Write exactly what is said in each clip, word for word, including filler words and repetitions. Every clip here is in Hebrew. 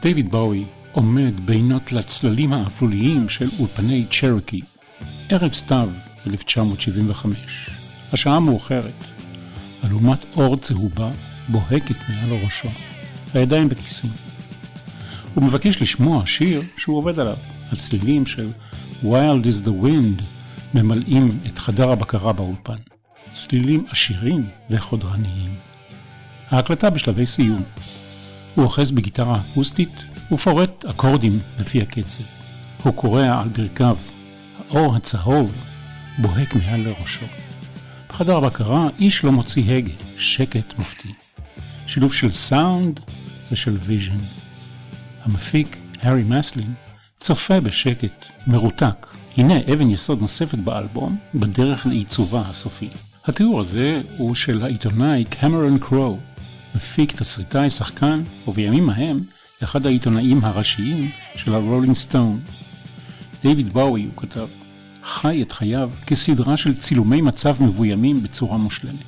דיוויד באוי עומד בינות לצללים האפלוליים של אולפני צ'רוקי. ערב סתיו אלף תשע מאות שבעים וחמש. השעה מאוחרת. אלומת אור צהובה בוהקת מעל ראשו. הידיים בכיסים. הוא מבקש לשמוע שיר שהוא עובד עליו. הצלילים של Wild is the Wind ממלאים את חדר הבקרה באולפן. צלילים עשירים וחודרניים. ההקלטה בשלבי סיום. הוא אוחז בגיטרה אקוסטית ופורט אקורדים לפי הקצב. הוא קורא על ברכיו. האור הצהוב בוהק מעל לראשו. בחדר הבקרה איש לא מוציא הגה, שקט מופתי. שילוב של סאונד ושל ויז'ן. המפיק, הארי מסלין, צופה בשקט, מרותק. הנה אבן יסוד נוספת באלבום בדרך לעיצובה הסופי. התיאור הזה הוא של העיתונאי קמרון קרו, מפיק, תסריטאי, שחקן, ובימים ההם אחד העיתונאים הראשיים של הרולינג סטון. דיוויד באוי, הוא כתב, חי את חייו כסדרה של צילומי מצב מבוימים בצורה מושלמת.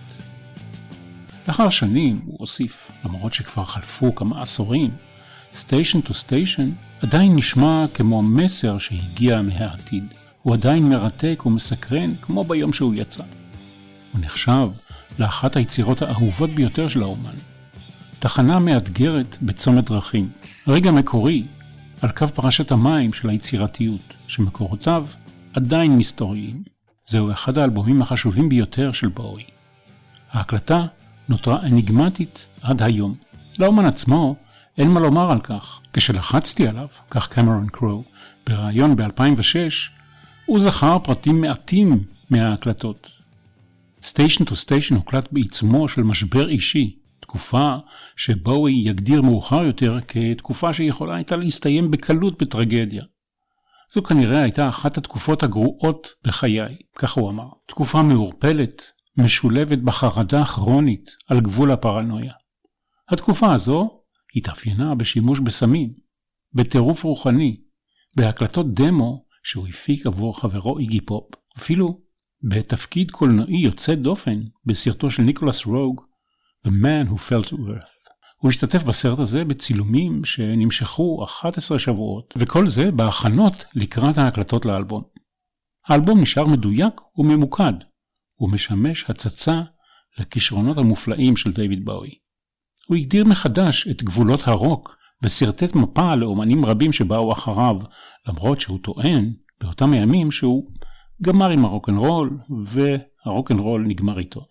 לאחר שנים, הוא הוסיף, למרות שכבר חלפו כמה עשורים, סטיישן טו סטיישן עדיין נשמע כמו מסר שהגיע מהעתיד. הוא עדיין מרתק ומסקרן כמו ביום שהוא יצא. הוא נחשב לאחת היצירות האהובות ביותר של האומן. תחנה מאתגרת בצומת דרכים. רגע מקורי על קו פרשת המים של היצירתיות, שמקורותיו עדיין מסתוריים. זהו אחד האלבומים החשובים ביותר של באוי. ההקלטה נותרה אניגמטית עד היום. לאומן עצמו אין מה לומר על כך. כשלחצתי עליו, כך קמרון קרו, ברעיון ב-אלפיים ושש, הוא זכר פרטים מעטים מההקלטות. סטיישן טו סטיישן הוקלט בעיצומו של משבר אישי, תקופה שבאוי יגדיר מאוחר יותר כתקופה שיכולה הייתה להסתיים בקלות בטרגדיה. זו כנראה הייתה אחת התקופות הגרועות בחיי, כך הוא אמר. תקופה מעורפלת, משולבת בחרדה כרונית על גבול הפרנויה. התקופה הזו התאפיינה בשימוש בסמים, בטירוף רוחני, בהקלטות דמו שהוא הפיק עבור חברו איגי פופ, אפילו בתפקיד קולנועי יוצא דופן בסרטו של ניקולס רוג, The Man Who Fell to Earth. הוא השתתף בסרט הזה בצילומים שנמשכו אחד עשר שבועות, וכל זה בהכנות לקראת ההקלטות לאלבום. האלבום נשאר מדויק וממוקד, ומשמש הצצה לכישרונות המופלאים של דיוויד באוי. הוא הגדיר מחדש את גבולות הרוק, וסרטט מפה לאומנים רבים שבאו אחריו, למרות שהוא טוען באותם הימים שהוא גמר עם הרוק'נ'רול, והרוק'נ'רול נגמר איתו.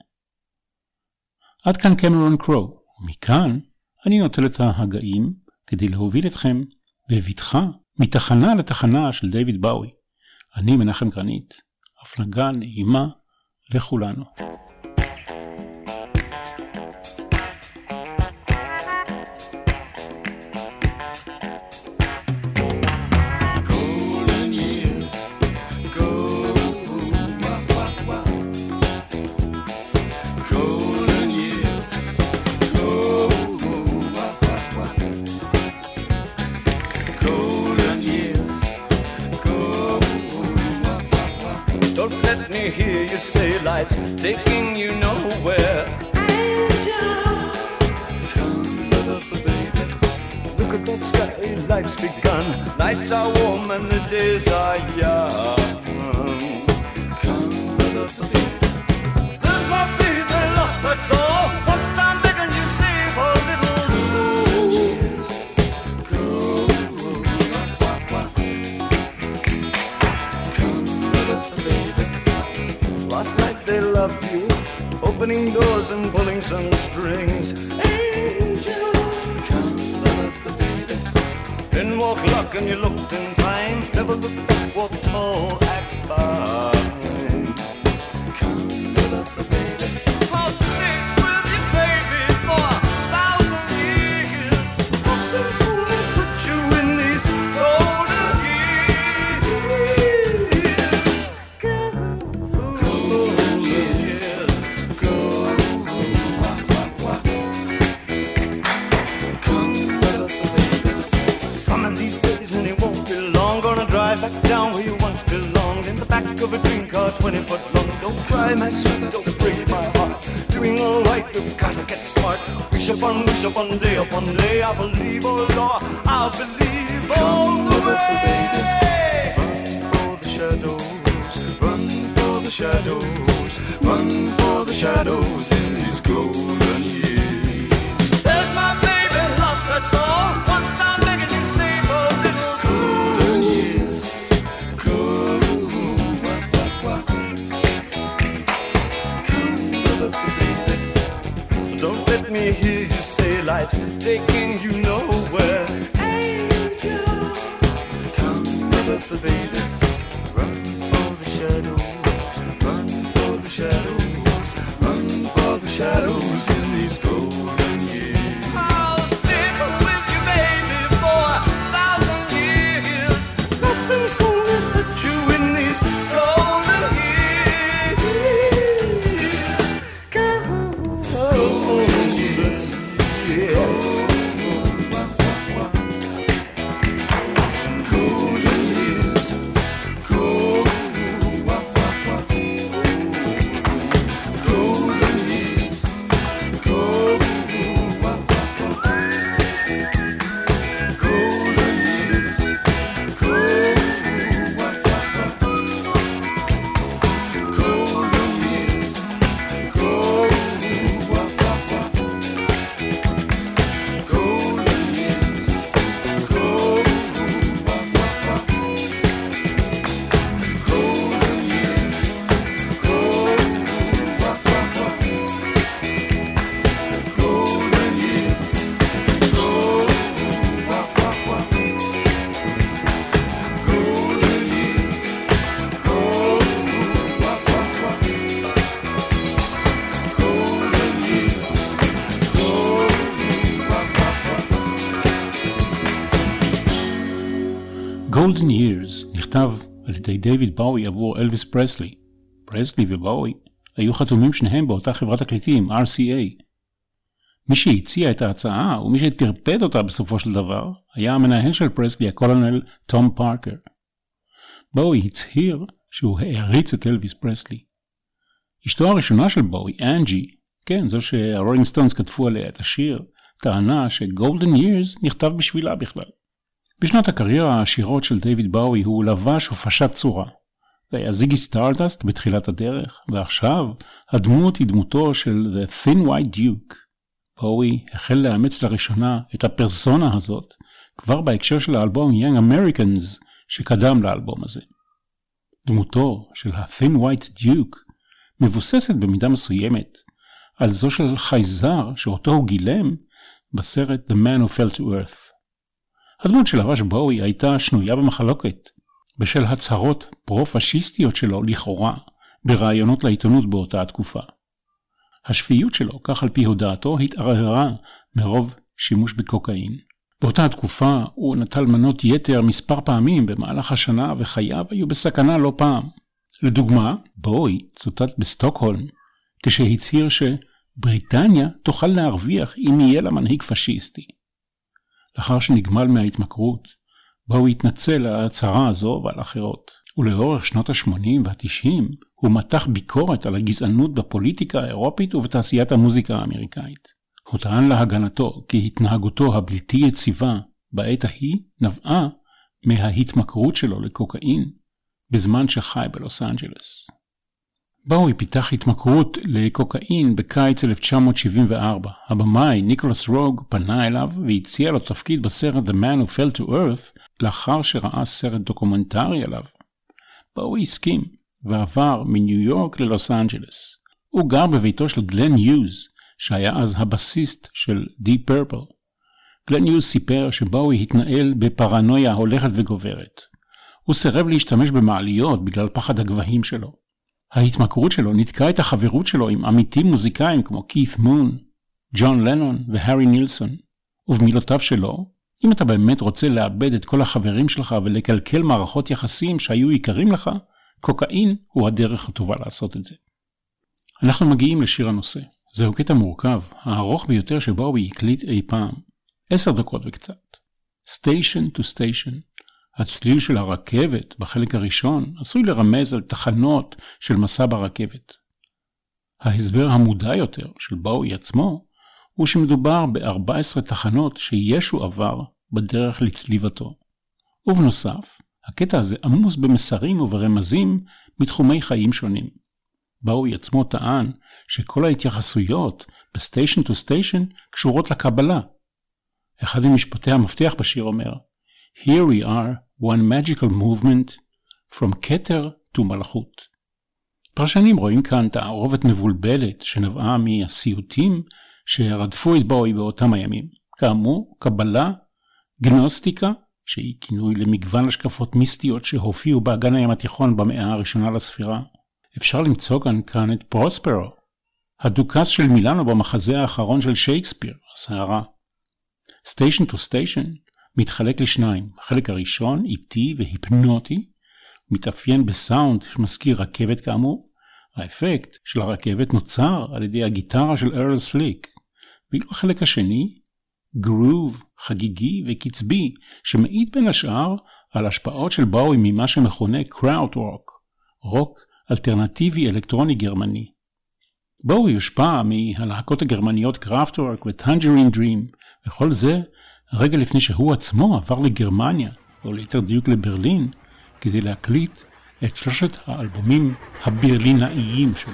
עד כאן קמרון קרו, ומכאן אני נוטל את ההגאים כדי להוביל אתכם בבטחה מתחנה לתחנה של דיוויד באוי. אני מנחם גרנית, הפלגה נעימה לכולנו. Taking you nowhere. Angel, come up, baby. Look at that sky, life's begun. Nights are warm and the days are young. Come up, baby. There's my baby lost, that's all. Once I'm begging you, save a little soul. Years go come up, baby. Last night they loved you, opening doors and pulling some strings. Angel, come up, baby. Then walk luck and you looked in time. Never looked back, walk tall, act fine. Come up, baby. I'll stick with you, baby, for a thousand years. Hope there's who will touch you in these golden years. Go. Back down where you once belonged, in the back of a dream car twenty foot long. Don't cry, my sweet, don't break my heart. Do doing all right. We've got to get smart. Wish upon, wish upon, day upon day. I believe, oh Lord, I believe all the way. Run for the shadows, run for the shadows, run for the shadows in these golden years. There's my baby lost, that's all. Once I'm begging you, save a little golden years. Golden, wah, wah, wah. Come, baby. Don't let me hear you say life's taking you nowhere. Angel, come, baby. Run for the shadows, run for the shadows, run for the shadows in these golden years. I'll stick with you, baby, for a thousand years. Nothing's gonna touch you in these golden years. Golden years, yes. Golden years, golden, wah, wah, wah. Golden years, golden, wah, wah, wah. Golden years, golden, wah, wah, wah. Golden years, golden, wah, wah, wah. Golden years, golden, wah, wah, wah. Golden years, golden, wah, wah, wah. Golden years, golden, wah, wah, wah. Golden years, golden, wah, wah, wah. Golden years, golden, wah, wah, wah. Golden Years נכתב על ידי דיוויד באוי עבור אלוויס פרסלי. פרסלי ובאוי היו חתומים שניהם באותה חברת תקליטים, אר סי איי. מי שהציע את ההצעה ומי שטרפד אותה בסופו של דבר היה המנהל של פרסלי, הקולונל תום פארקר. באוי הצהיר שהוא העריץ את אלוויס פרסלי. אשתו הראשונה של באוי, אנג'י, כן, זו שהרולינג סטונס כתבו עליה את השיר, טענה שגולדן Years נכתב בשבילה בכלל. בשנות הקריירה העשירות של דיוויד באוי הוא לבש ופשט צורה. זה היה זיגי סטארדסט בתחילת הדרך, ועכשיו הדמות היא דמותו של The Thin White Duke. באוי החל לאמץ לראשונה את הפרסונה הזאת, כבר בהקשר של האלבום Young Americans שקדם לאלבום הזה. דמותו של ה-Thin White Duke מבוססת במידה מסוימת על זו של חייזר שאותו הוא גילם בסרט The Man Who Fell to Earth. הדמות של לבש באוי הייתה שנויה במחלוקת, בשל הצהרות פרו-פשיסטיות שלו לכאורה ברעיונות לעיתונות באותה התקופה. השפיות שלו, כך על פי הודעתו, התערערה מרוב שימוש בקוקאין. באותה התקופה הוא נטל מנות יתר מספר פעמים במהלך השנה וחייו היו בסכנה לא פעם. לדוגמה, באוי צוטט בסטוקהולם כשהצהיר שבריטניה תוכל להרוויח אם יהיה לה מנהיג פשיסטי. לאחר שנגמל מההתמכרות, באוי התנצל על ההצהרה הזו ועל אחרות. ולאורך שנות ה-שמונים וה-תשעים הוא מתח ביקורת על הגזענות בפוליטיקה האירופית ובתעשיית המוזיקה האמריקאית. הוא טען להגנתו כי התנהגותו הבלתי יציבה בעת ההיא נבעה מההתמכרות שלו לקוקאין בזמן שחי בלוס אנג'לס. באוי פיתח התמכרות לקוקאין בקיץ אלף תשע מאות שבעים וארבע. הבמאי ניקולס רוג פנה אליו והציע לו תפקיד בסרט The Man Who Fell to Earth לאחר שראה סרט דוקומנטרי עליו. באוי הסכים ועבר מניו יורק ללוס אנג'לס. הוא גר בביתו של גלן יוז שהיה אז הבסיסט של Deep Purple. גלן יוז סיפר שבאוי התנהל בפרנויה הולכת וגוברת. הוא סירב להשתמש במעליות בגלל פחד הגבהים שלו. ההתמכרות שלו נתקעה את החברות שלו עם עמיתים מוזיקאים כמו כית מון, ג'ון לנון והארי נילסון. ובמילותיו שלו, אם אתה באמת רוצה לאבד את כל החברים שלך ולקלקל מערכות יחסים שהיו יקרים לך, קוקאין הוא הדרך הטובה לעשות את זה. אנחנו מגיעים לשיר הנושא. זהו קטע מורכב, הארוך ביותר שבאוי הקליט אי פעם. עשר דקות וקצת. Station to Station. הצליל של הרכבת בחלק הראשון עשוי לרמז על תחנות של מסע ברכבת. ההסבר המודע יותר של באוי עצמו הוא שמדובר ב-ארבע עשרה תחנות שישו עבר בדרך לצליבתו. ובנוסף, הקטע הזה עמוס במסרים וברמזים מתחומי חיים שונים. באוי עצמו טען שכל ההתייחסויות בסטיישן טו סטיישן קשורות לקבלה. אחד ממשפטי המפתח בשיר אומר, Here we are, one magical movement, from כתר to מלכות. פרשנים רואים כאן תערובת מבולבלת שנבעה מהסיוטים שרדפו את באוי באותם הימים. כאמור, קבלה, גנוסטיקה, שהיא כינוי למגוון השקפות מיסטיות שהופיעו באגן הים התיכון במאה הראשונה לספירה. אפשר למצוא כאן כאן את פרוספרו, הדוכס של מילאנו במחזה האחרון של שייקספיר, הסערה. סטיישן טו סטיישן מתחלק לשניים. החלק הראשון, איטי והיפנוטי, מתאפיין בסאונד שמזכיר רכבת כאמור. האפקט של הרכבת נוצר על ידי הגיטרה של ארל סליק. ואילו החלק השני, גרוב, חגיגי וקצבי, שמעיד בין השאר על השפעות של באוי ממה שמכונה קראוט רוק, רוק אלטרנטיבי אלקטרוני גרמני. באוי יושפע מהלהקות הגרמניות קראפטוורק וטנג'רין דרים, וכל זה רגע לפני שהוא עצמו עבר לגרמניה, או ליתר דיוק לברלין, כדי להקליט את שלושת האלבומים הברלינאיים שלו.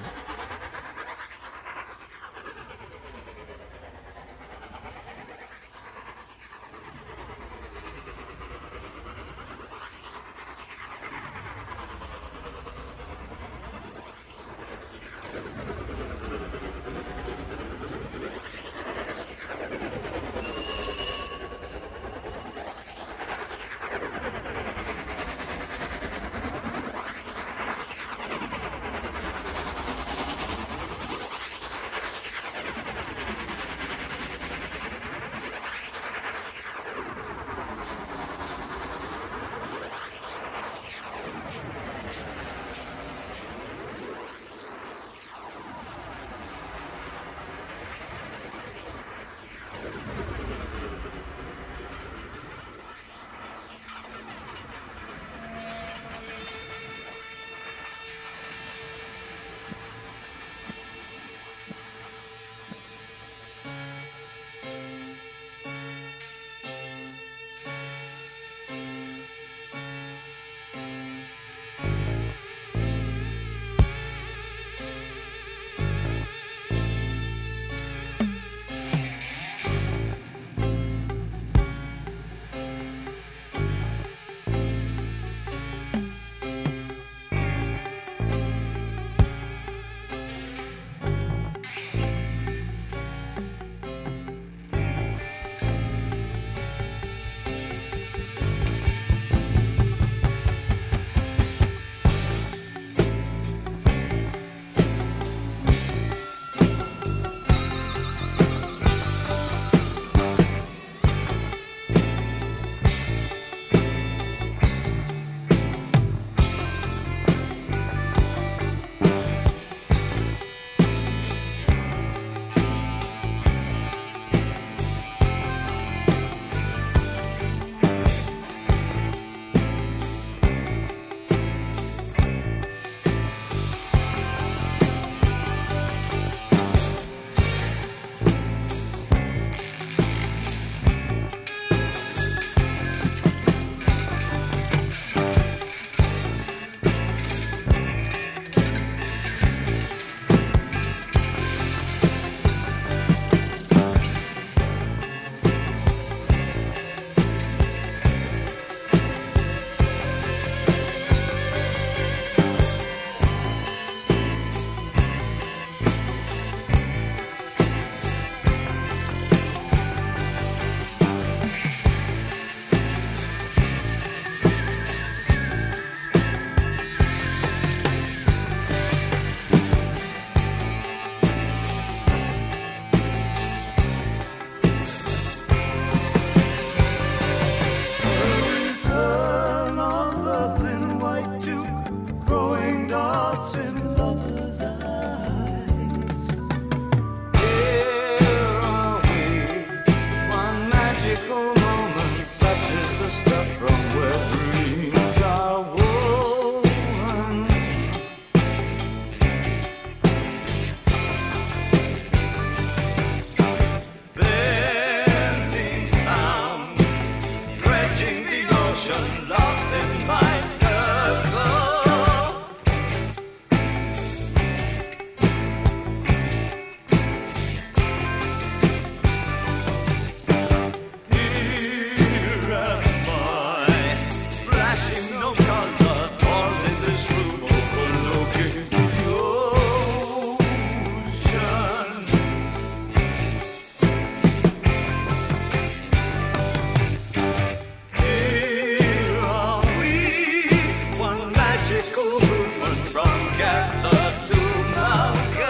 magical movement from Gather to Malga.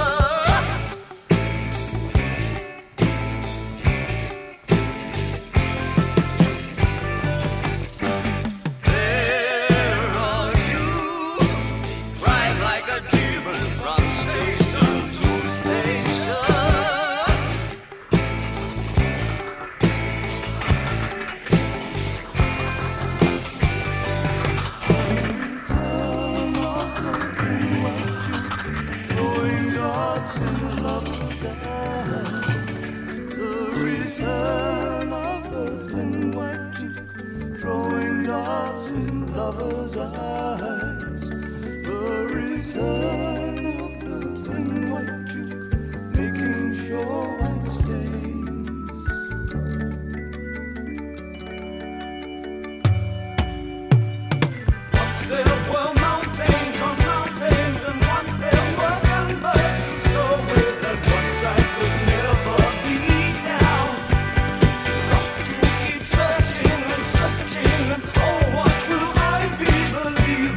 Lover's eyes, the return of the thin white Duke, making sure white stains. Once there were mountains on mountains, and once there were sunbirds who soar with that once I could never be down. Got to keep searching and searching, and oh, what will I be believing?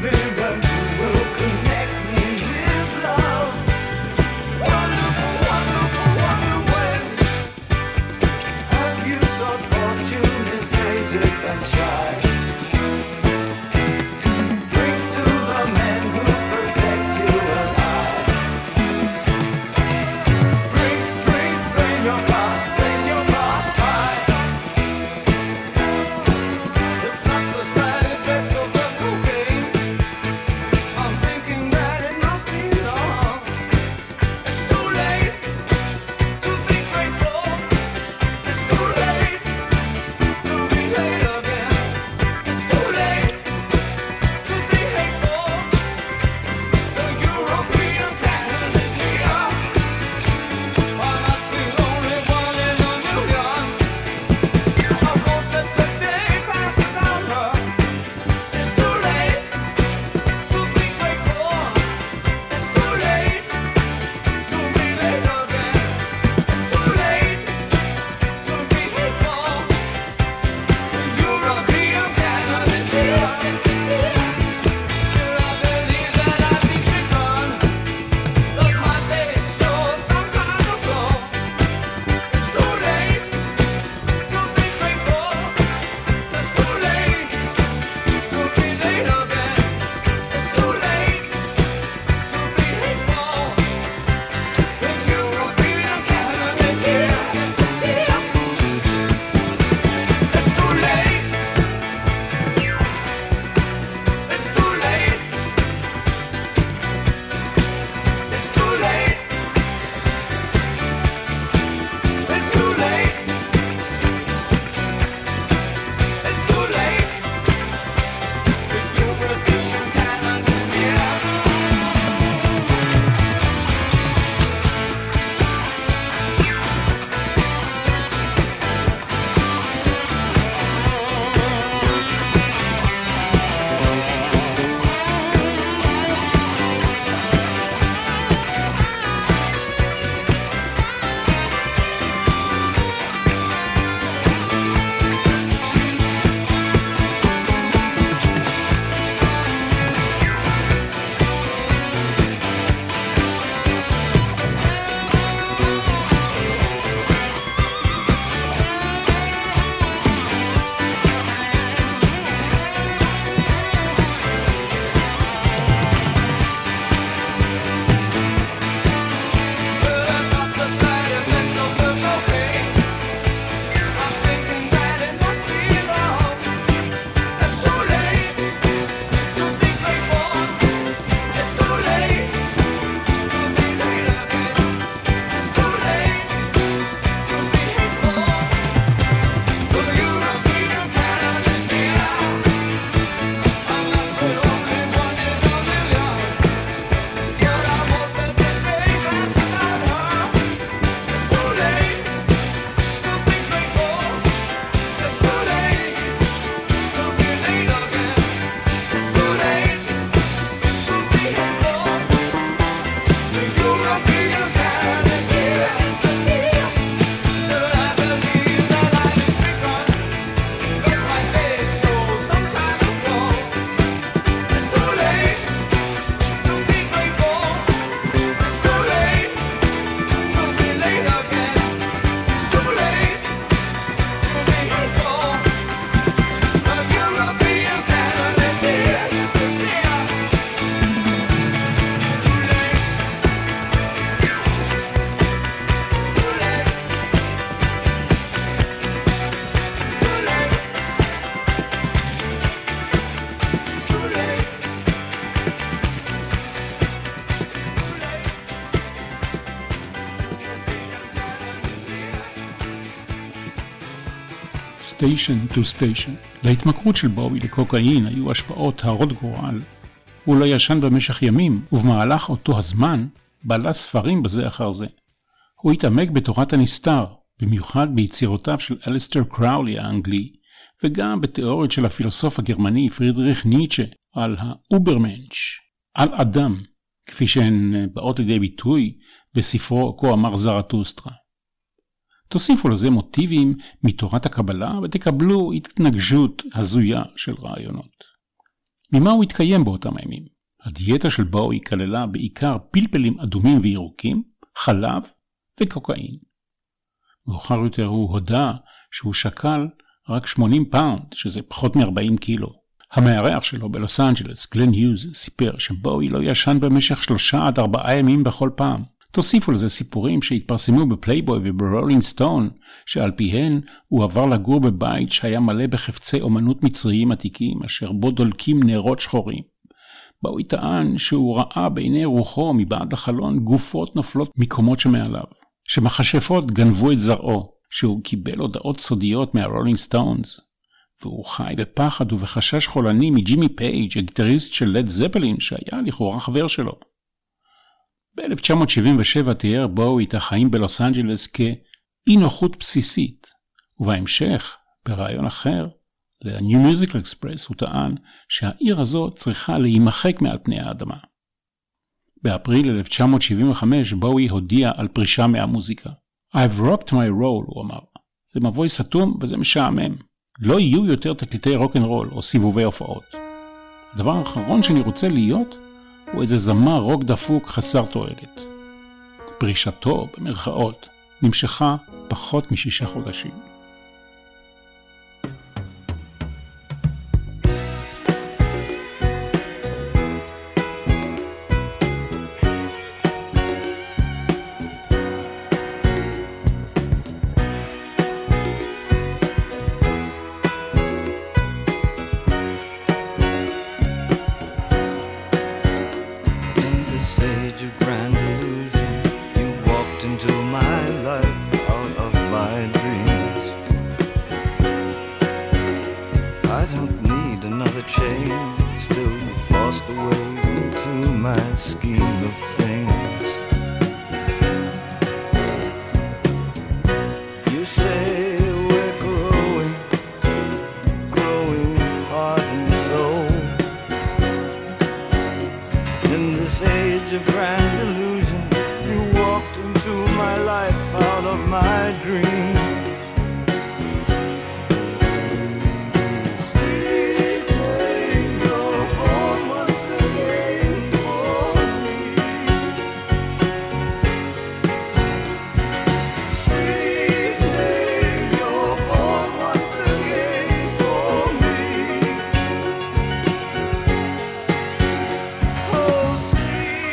Station to Station. להתמכרות של בואי לקוקאין היו השפעות הרות גורל. הוא לא ישן במשך ימים, ובמהלך אותו הזמן בעלה ספרים בזה אחר זה. הוא התעמק בתורת הנסתר, במיוחד ביצירותיו של אליסטר קראולי האנגלי, וגם בתיאוריות של הפילוסוף הגרמני פרידריך ניטשה על האוברמנש, על אדם, כפי שהן באות לידי ביטוי בספרו כה אמר זרטוסטרה. תוסיפו לזה מוטיבים מתורת הקבלה ותקבלו התנגשות הזויה של רעיונות. ממה הוא התקיים באותם הימים? הדיאטה של בואי כללה בעיקר פלפלים אדומים וירוקים, חלב וקוקאין. מאוחר יותר הוא הודע שהוא שקל רק שמונים פאונד, שזה פחות מ-ארבעים קילו. המארח שלו בלוס אנג'לס, גלן היוז, סיפר שבואי לא ישן במשך שלושה עד ארבעה ימים בכל פעם. תוסיפו לזה סיפורים שהתפרסמו בפלייבוי וברולינג סטון, שעל פיהן הוא עבר לגור בבית שהיה מלא בחפצי אומנות מצריים עתיקים, אשר בו דולקים נרות שחורים. בואי טען שהוא ראה בעיני רוחו מבעד החלון גופות נופלות מקומות שמעליו, שמחשפות גנבו את זרעו, שהוא קיבל הודעות סודיות מהרולינג סטונס, והוא חי בפחד ובחשש חולני מג'ימי פייג', הגיטריסט של לד זפלין, שהיה לכאורה חבר שלו. ב-אלף תשע מאות שבעים ושבע תיאר בואי את החיים בלוס אנג'לס כאי נוחות בסיסית, ובהמשך, ברעיון אחר, ל-New Musical Express הוא טען שהעיר הזו צריכה להימחק מעל פני האדמה. באפריל אלף תשע מאות שבעים וחמש בואי הודיע על פרישה מהמוזיקה. I've rocked my role, הוא אמר. זה מבוי סתום וזה משעמם. לא יהיו יותר תקליטי רוק אנד רול או סיבובי הופעות. הדבר האחרון שאני רוצה להיות הוא איזה זמר רוק דפוק חסר תועלת. פרישתו, במרכאות, נמשכה פחות משישה חודשים.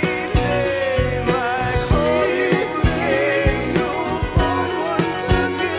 Again.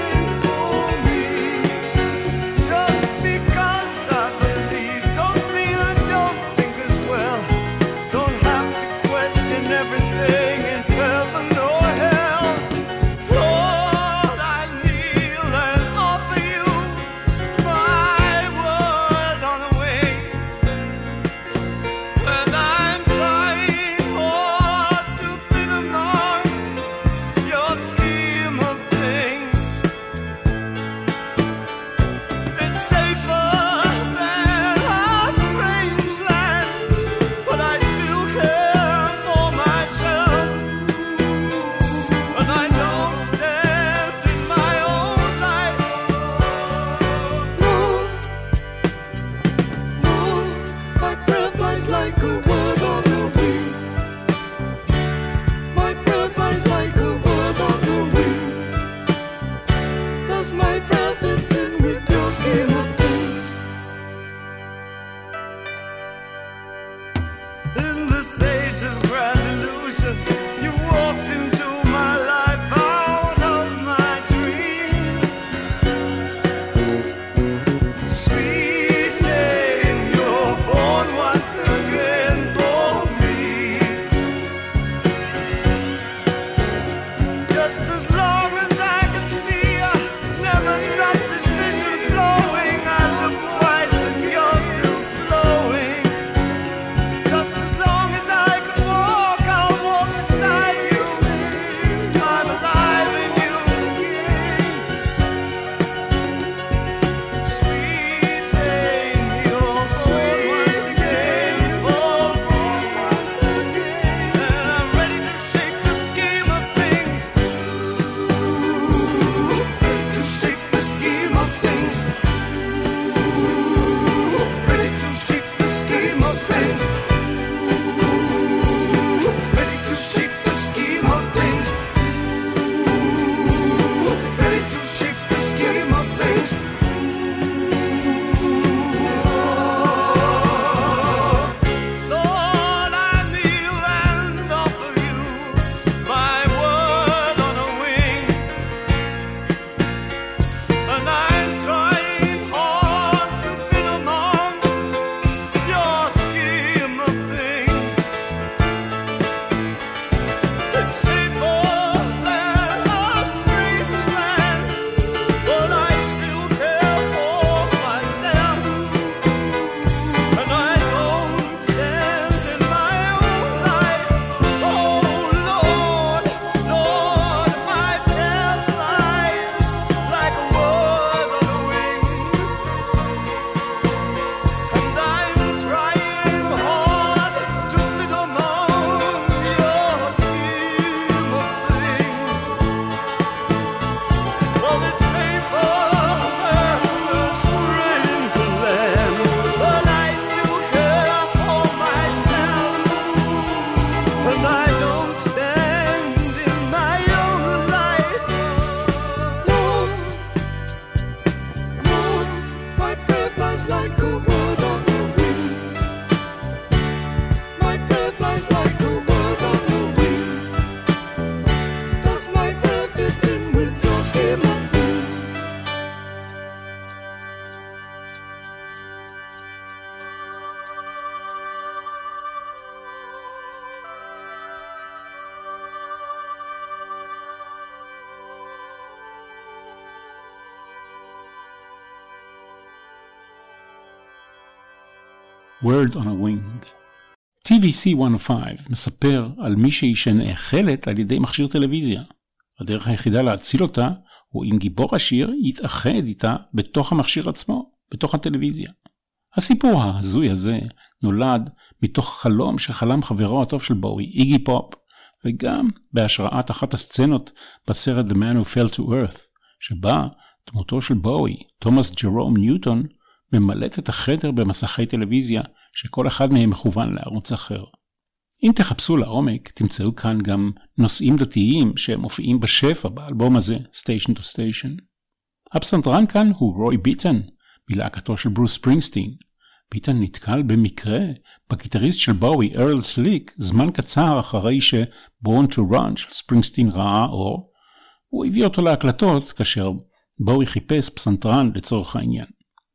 Word on a Wing. טי וי סי מאה וחמש מספר על מישהי שנאכלת על ידי מכשיר טלוויזיה. הדרך היחידה להציל אותה הוא אם גיבור השיר יתאחד איתה בתוך המכשיר עצמו, בתוך הטלוויזיה. הסיפור ההזוי הזה נולד מתוך חלום שחלם חברו הטוב של בואי, איגי פופ, וגם בהשראת אחת הסצנות בסרט The Man Who Fell to Earth, שבה דמותו של בואי, תומאס ג'רום ניוטון, ממלאת את החדר במסכי טלוויזיה שכל אחד מהם מכוון לערוץ אחר. אם תחפשו לעומק, תמצאו כאן גם נושאים דתיים שמופיעים בשפע באלבום הזה, Station to Station. הפסנתרן כאן הוא רוי ביטן, מלהקתו של ברוס ספרינגסטין. ביטן נתקל במקרה בגיטריסט של בואי, ארל סליק, זמן קצר אחרי ש-Born to Run של ספרינגסטין ראה אור. הוא הביא אותו להקלטות כאשר בואי חיפש פסנתרן לצורך העניין.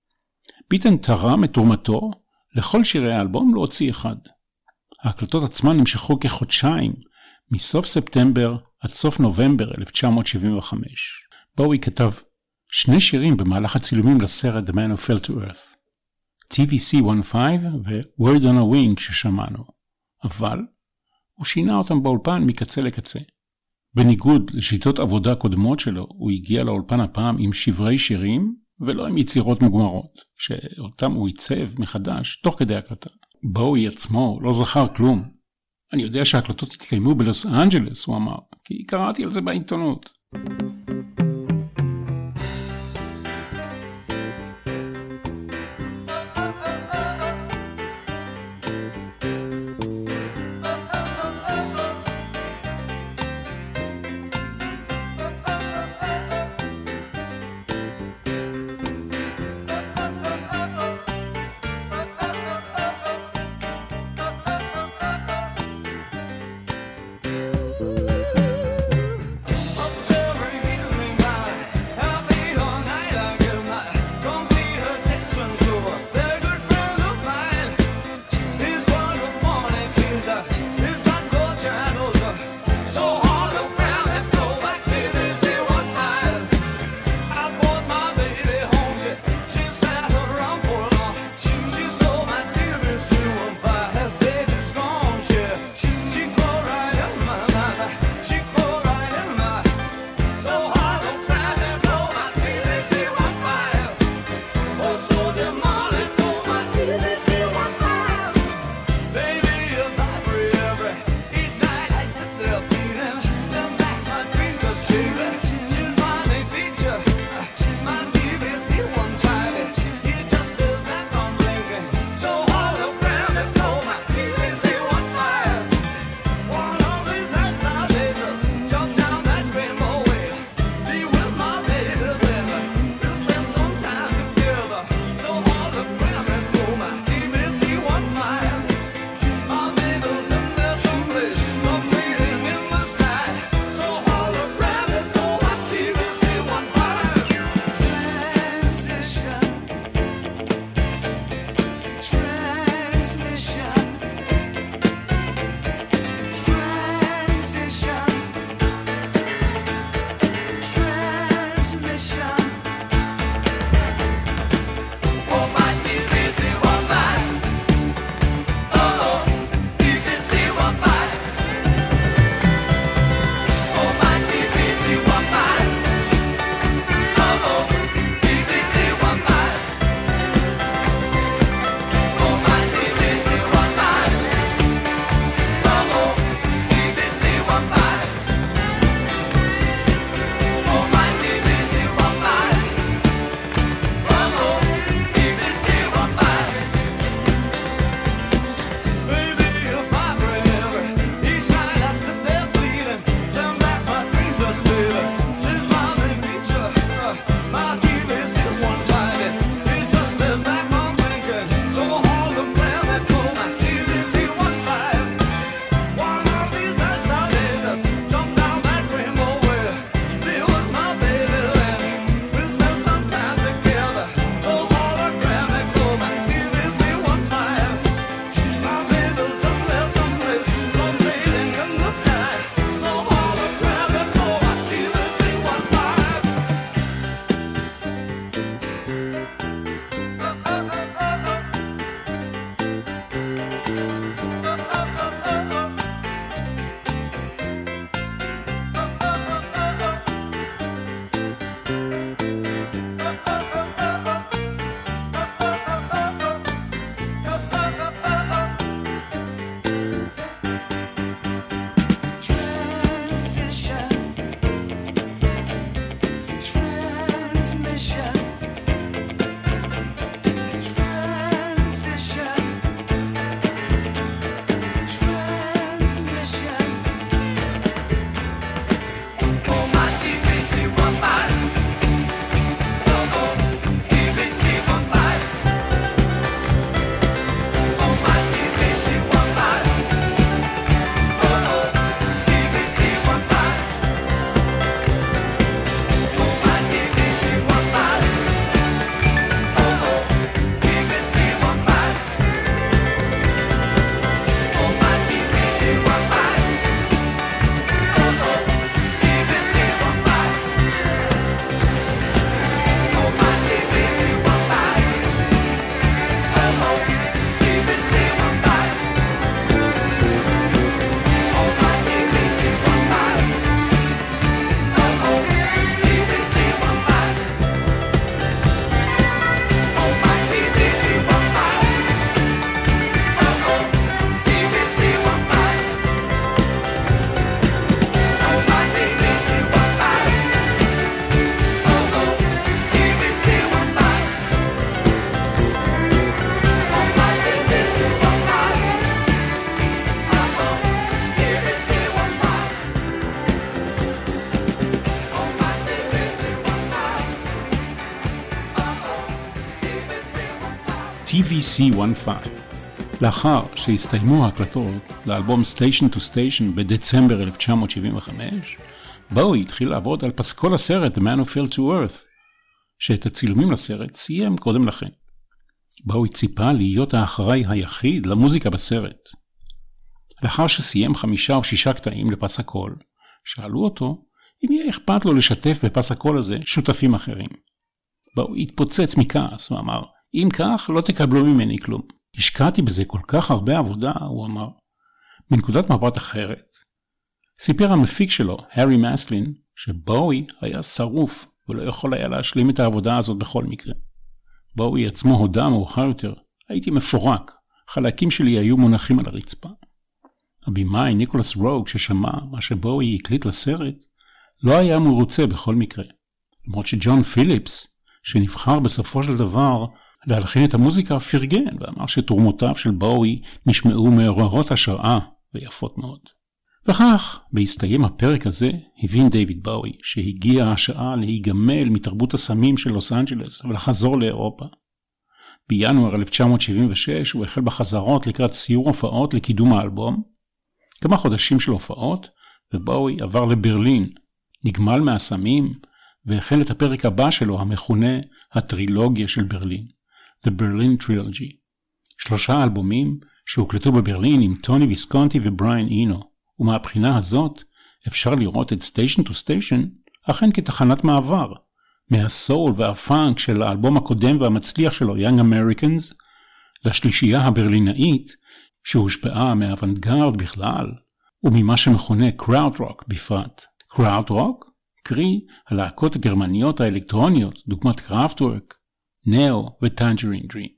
ביטן תרם את תרומתו לכל שירי האלבום להוציא אחד. ההקלטות עצמן נמשכו כחודשיים, מסוף ספטמבר עד סוף נובמבר אלף תשע מאות שבעים וחמש. בואי כתב שני שירים במהלך הצילומים לסרט The Man Who Fell to Earth. טי וי סי מאה וחמש ו-Word on a Wing ששמענו. אבל הוא שינה אותם באולפן מקצה לקצה. בניגוד לשיטות עבודה קודמות שלו, הוא הגיע לאולפן הפעם עם שברי שירים ולא עם יצירות מוגמרות, שאותם הוא ייצב מחדש תוך כדי הקלטה. בואי עצמו לא זכר כלום. אני יודע שההקלטות התקיימו בלוס אנג'לס, הוא אמר, כי קראתי על זה בעיתונות. Up there in B C fifteen. לאחר שהסתיימו ההקלטות לאלבום Station to Station בדצמבר אלף תשע מאות שבעים וחמש, בואי התחיל לעבוד על פסקול הסרט The Man Who Fell to Earth, שאת הצילומים לסרט סיים קודם לכן. בואי ציפה להיות האחראי היחיד למוזיקה בסרט. לאחר שסיים חמישה או שישה קטעים לפס הקול, שאלו אותו אם יהיה אכפת לו לשתף בפס הקול הזה שותפים אחרים. בואי התפוצץ מכעס ואמר, אם כך לא תקבלו ממני כלום. השקעתי בזה כל כך הרבה עבודה, הוא אמר. בנקודת מבט אחרת, סיפר המפיק שלו, הארי מסלין, שבואי היה שרוף ולא יכול היה להשלים את העבודה הזאת בכל מקרה. בואי עצמו הודה מאוחר יותר, הייתי מפורק, חלקים שלי היו מונחים על הרצפה. הבימאי ניקולס רוג ששמע מה שבואי הקליט לסרט, לא היה מרוצה בכל מקרה. למרות שג'ון פיליפס, שנבחר בסופו של דבר להלחין את המוזיקה, פרגן ואמר שתרומותיו של בואי נשמעו מעוררות השראה ויפות מאוד. וכך, בהסתיים הפרק הזה, הבין דיוויד בואי שהגיעה השעה להיגמל מתרבות הסמים של לוס אנג'לס ולחזור לאירופה. בינואר אלף תשע מאות שבעים ושש הוא החל בחזרות לקראת סיור הופעות לקידום האלבום. כמה חודשים של הופעות, ובואי עבר לברלין, נגמל מהסמים, והחל את הפרק הבא שלו המכונה הטרילוגיה של ברלין, The Berlin Trilogy. שלושה אלבומים שהוקלטו בברלין עם טוני ויסקונטי ובריין אינו, ומהבחינה הזאת אפשר לראות את Station to Station אכן כתחנת מעבר, מהסול והפאנק של האלבום הקודם והמצליח שלו, Young Americans, לשלישייה הברלינאית שהושפעה מהאוונגרד בכלל, וממה שמכונה Crowd Rock בפרט. Crowd Rock, קרי הלהקות הגרמניות האלקטרוניות, דוגמת Kraftwerk, נאו וטנג'רין דרים.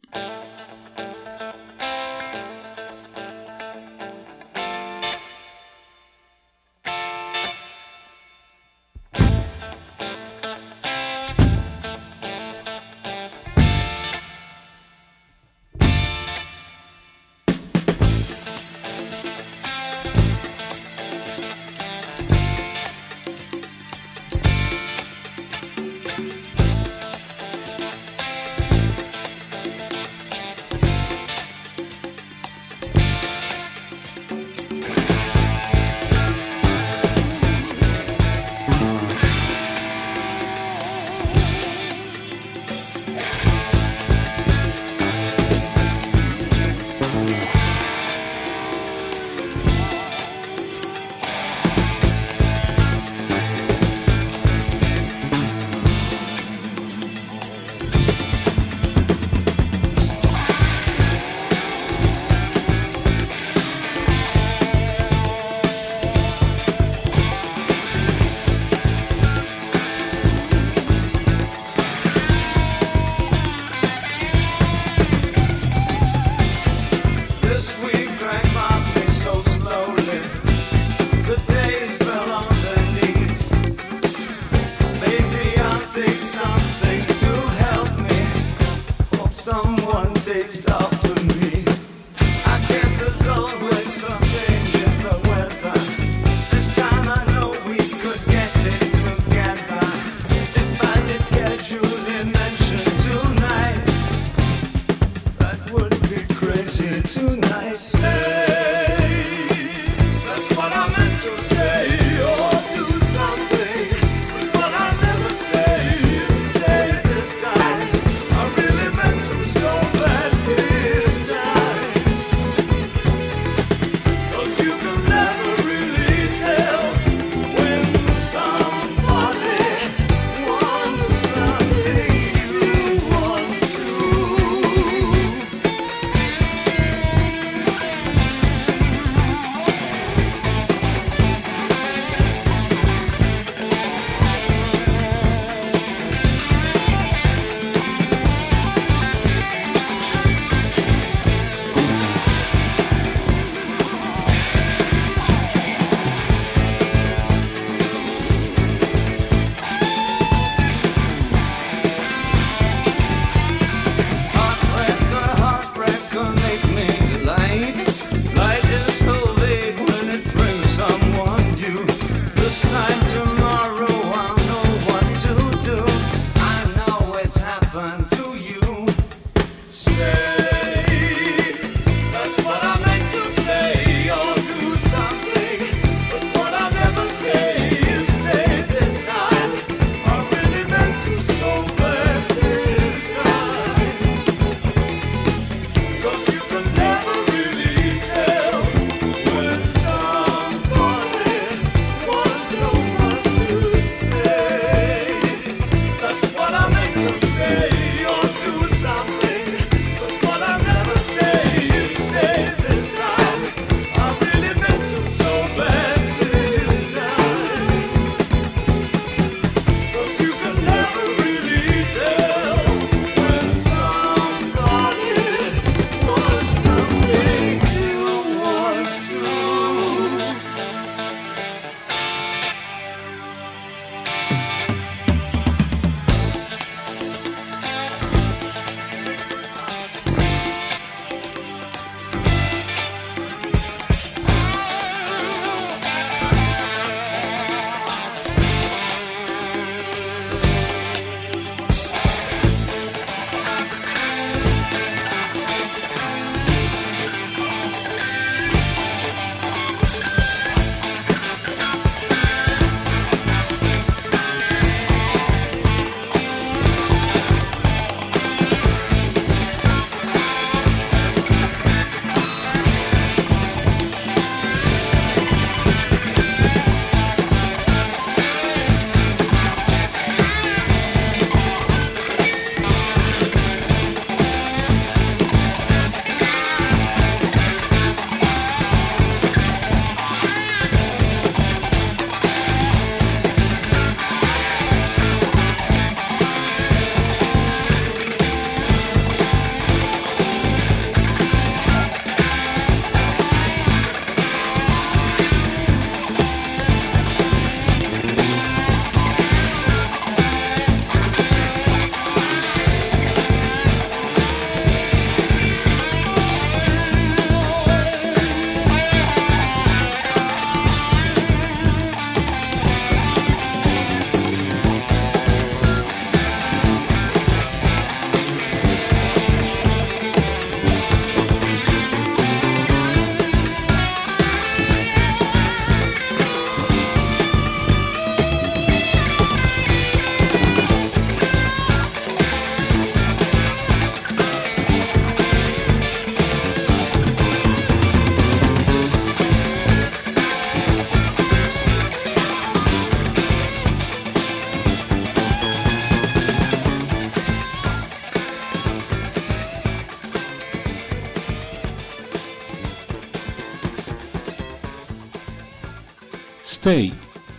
Stay.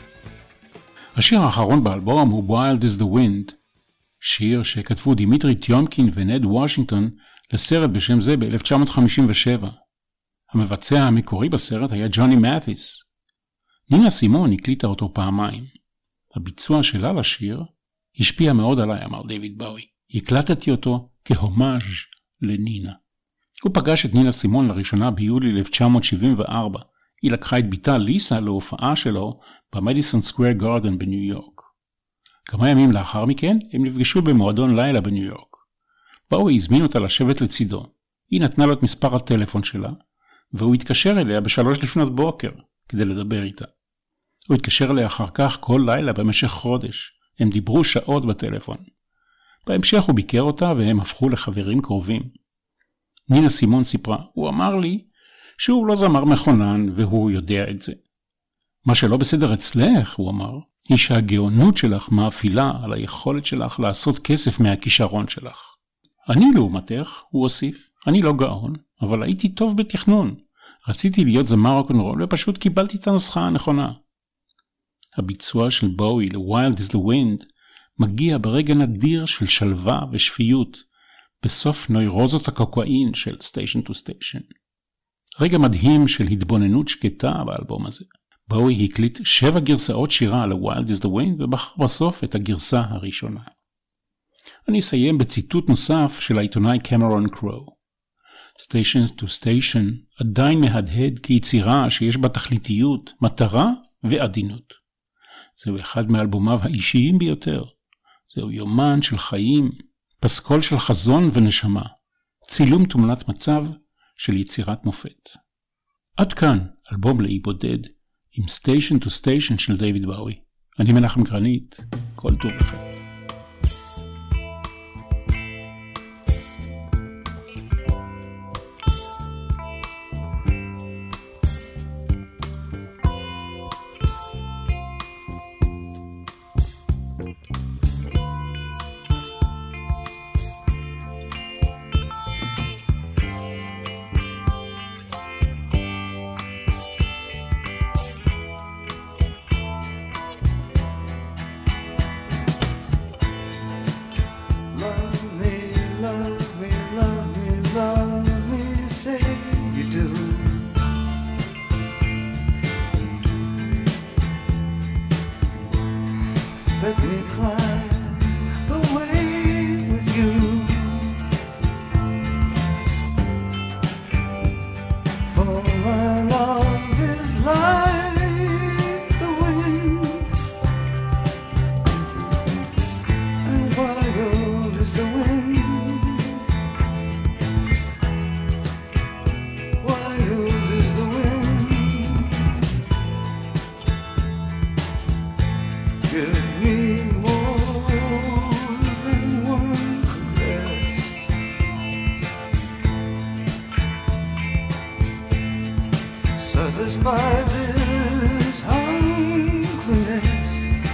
השיר האחרון באלבום הוא Wild is the Wind, שיר שכתבו דימיטרי טיומקין ונד וושינגטון לסרט בשם זה ב-אלף תשע מאות חמישים ושבע. המבצע המקורי בסרט היה ג'וני מת'יס. נינה סימון הקליטה אותו פעמיים. הביצוע שלה לשיר השפיע מאוד עליי, אמר דיוויד באוי. הקלטתי אותו כהומאז' לנינה. הוא פגש את נינה סימון לראשונה ביולי אלף תשע מאות שבעים וארבע. היא לקחה את ביתה ליסה להופעה שלו במדיסון סקוואר גארדן בניו יורק. כמה ימים לאחר מכן הם נפגשו במועדון לילה בניו יורק. באוי הזמין אותה לשבת לצידו. היא נתנה לו את מספר הטלפון שלה, והוא התקשר אליה בשלוש לפנות בוקר כדי לדבר איתה. הוא התקשר אליה אחר כך כל לילה במשך חודש. הם דיברו שעות בטלפון. בהמשך הוא ביקר אותה והם הפכו לחברים קרובים. נינה סימון סיפרה, הוא אמר לי שהוא לא זמר מכונן והוא יודע את זה. מה שלא בסדר אצלך, הוא אמר, היא שהגאונות שלך מאפילה על היכולת שלך לעשות כסף מהכישרון שלך. אני לעומתך, הוא הוסיף, אני לא גאון, אבל הייתי טוב בתכנון. רציתי להיות זמר רוקנרול ופשוט קיבלתי את הנוסחה הנכונה. הביצוע של בואי ל-Wild is the Wind מגיע ברגע נדיר של שלווה ושפיות בסוף נוירוזות הקוקאין של Station to Station. רגע מדהים של התבוננות שקטה באלבום הזה. בואי הקליט שבע גרסאות שירה ל-Wild is the Wind ובחר בסוף את הגרסה הראשונה. אני אסיים בציטוט נוסף של העיתונאי קמרון קרו. Station to Station עדיין מהדהד כיצירה שיש בה תכליתיות, מטרה ועדינות. זהו אחד מאלבומיו האישיים ביותר. זהו יומן של חיים, פסקול של חזון ונשמה, צילום תמונת מצב של יצירת מופת. עד כאן אלבום לאי בודד עם Station to Station של דיוויד באוי. אני מנחם גרנית, כל טוב לכם. Let me fly away with you. For my love is like the wind, and wild is the wind. Wild is the wind. Give me satisfy this hungriness.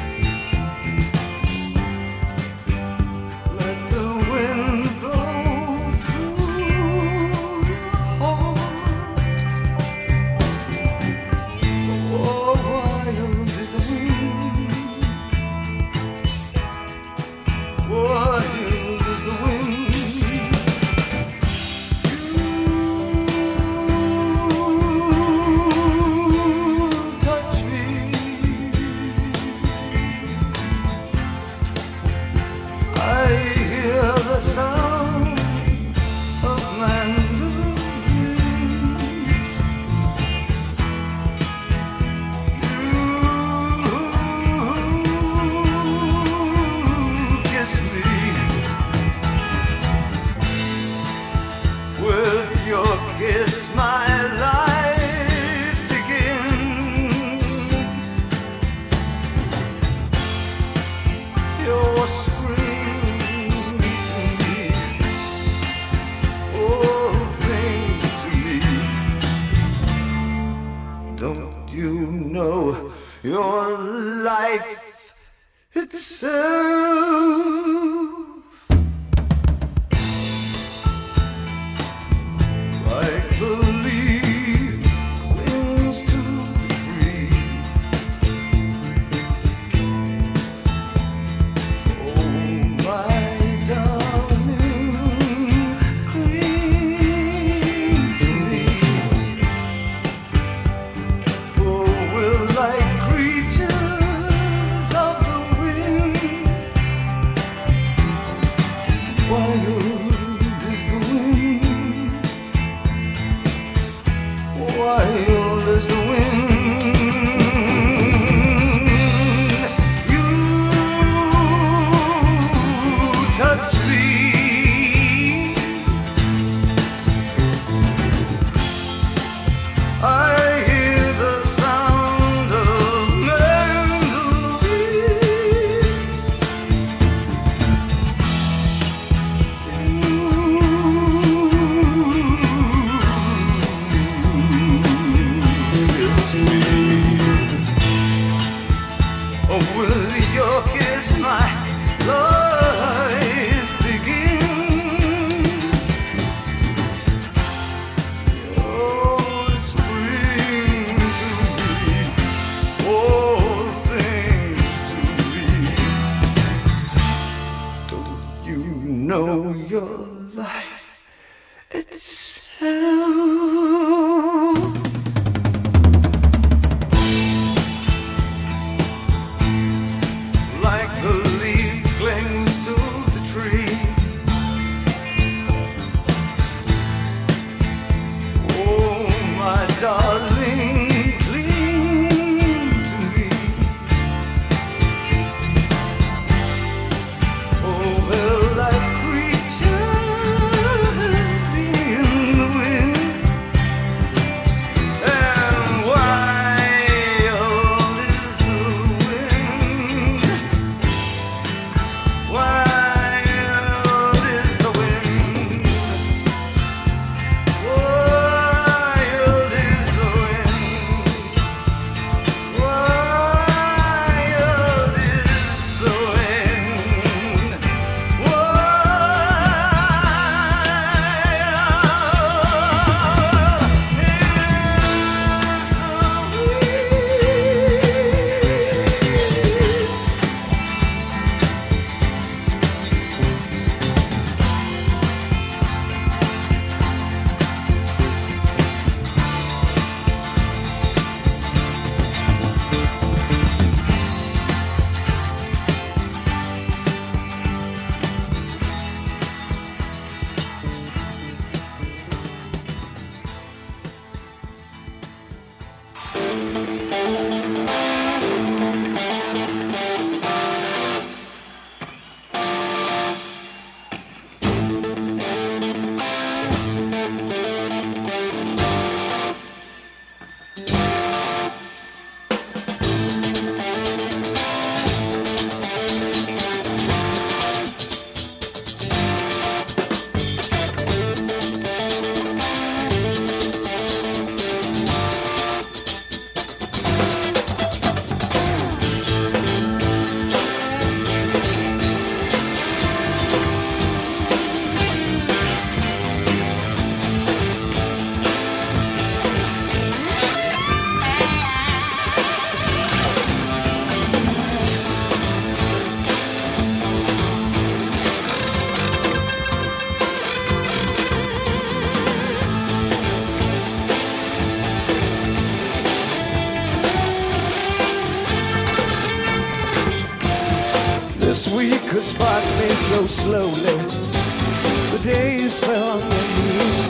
Let the wind blow through your heart. Oh, wild is the wind. Wild is the wind. Sound of mandolins. You kiss me with your kiss, my life begins. Your your life itself. Like the leaf clings to the tree, wild as the wind. You touch me. I hear the sound of This week has passed me so slowly. The days fell on my knees.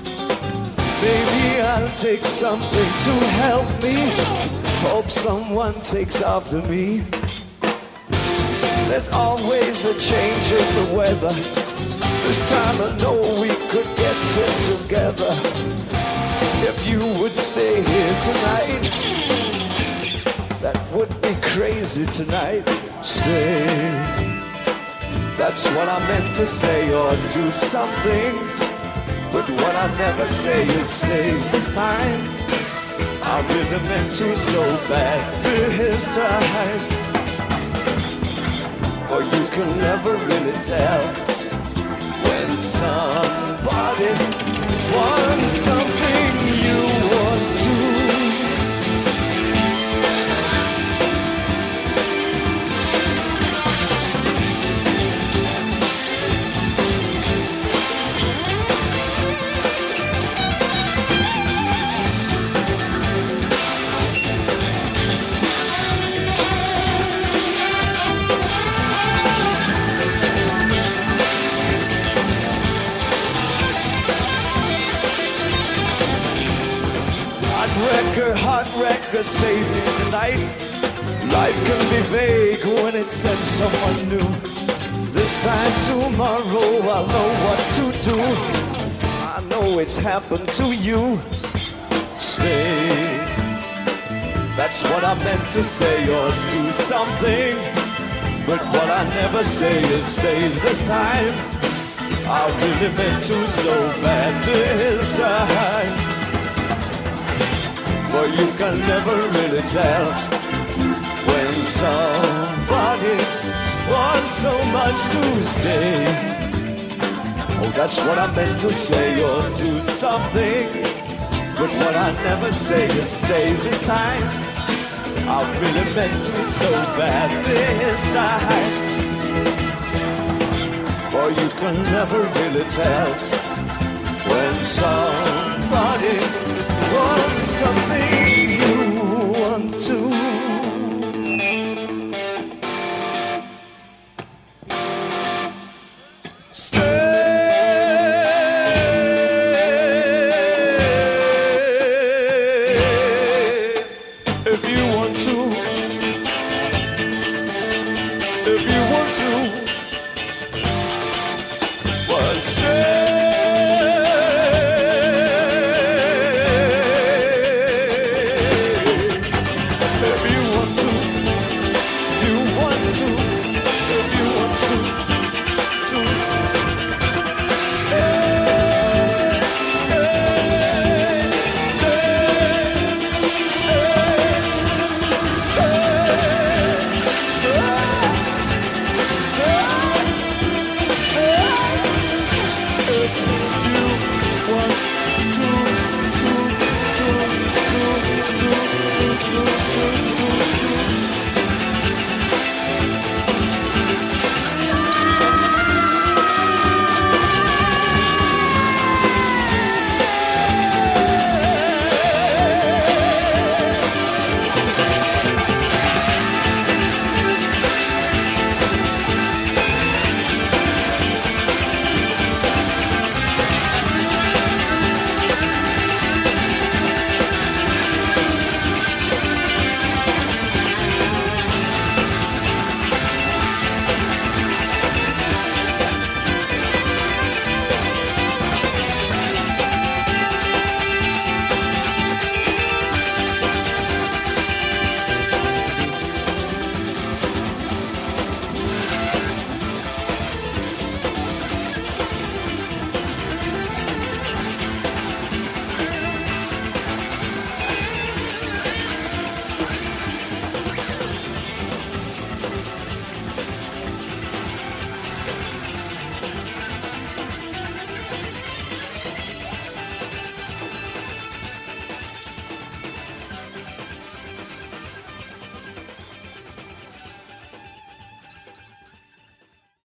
Maybe I'll take something to help me. Hope someone takes after me. There's always a change in the weather. This time I know we could get it together. If you would stay here tonight, that would be crazy tonight. Stay. That's what I meant to say, or do something. But what I never say is stay. This time I really meant to so bad. This time, for you can never really tell when somebody wants something you want to. heartbreaker, heartbreaker, save me tonight. Life can be vague when it sends someone new. This time tomorrow I'll know what to do. I know it's happened to you. Stay. That's what I meant to say, or do something. But what I never say is stay this time. I really meant to so bad this time. For you can never really tell when somebody wants so much to stay. Oh, that's what I meant to say, or do something. But what I never say is stay this time. I really meant to so bad this time. For you can never really tell when somebody wants so